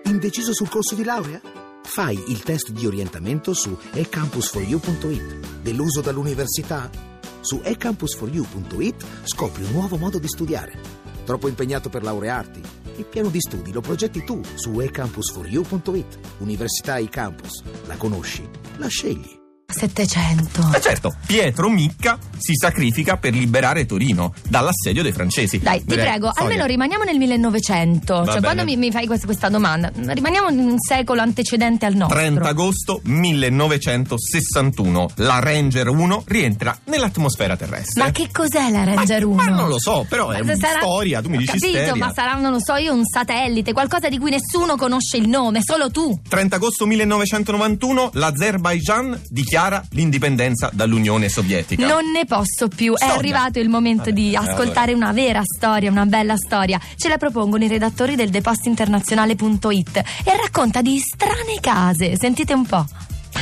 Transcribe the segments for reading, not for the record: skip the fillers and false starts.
Indeciso sul corso di laurea? Fai il test di orientamento su ecampus4u.it. Deluso dall'università? Su ecampus4u.it scopri un nuovo modo di studiare. Troppo impegnato per laurearti? Il piano di studi lo progetti tu su ecampus4u.it. Università eCampus. La conosci? La scegli. 700. Certo, Pietro Micca si sacrifica per liberare Torino dall'assedio dei francesi. Dai, ti prego, almeno rimaniamo nel 1900. Va cioè, bene. quando mi fai questa domanda, rimaniamo in un secolo antecedente al nostro. 30 agosto 1961. La Ranger 1 rientra nell'atmosfera terrestre. Ma che cos'è la Ranger 1? Ma non lo so, però è una storia, tu mi dici capito, Stelia. ma sarà, non lo so io, un satellite, qualcosa di cui nessuno conosce il nome, solo tu. 30 agosto 1991 l'Azerbaigian dichiara l'indipendenza dall'Unione Sovietica. Non ne posso più, Storia. è arrivato il momento di ascoltare una vera storia, una bella storia. Ce la propongono i redattori del depostinteernazionale.it e racconta di strane case. Sentite un po'.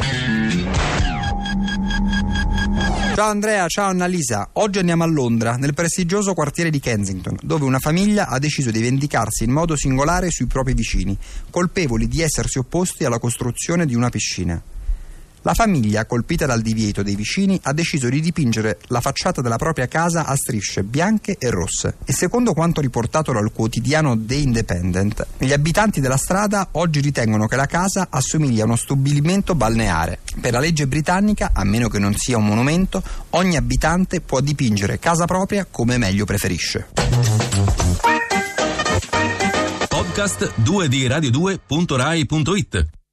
Ciao Andrea, ciao Annalisa. Oggi andiamo a Londra, nel prestigioso quartiere di Kensington, dove una famiglia ha deciso di vendicarsi in modo singolare sui propri vicini, colpevoli di essersi opposti alla costruzione di una piscina. La famiglia, colpita dal divieto dei vicini, ha deciso di dipingere la facciata della propria casa a strisce bianche e rosse. E secondo quanto riportato dal quotidiano The Independent, gli abitanti della strada oggi ritengono che la casa assomiglia a uno stabilimento balneare. Per la legge britannica, a meno che non sia un monumento, ogni abitante può dipingere casa propria come meglio preferisce. Podcast 2di Radio2.rai.it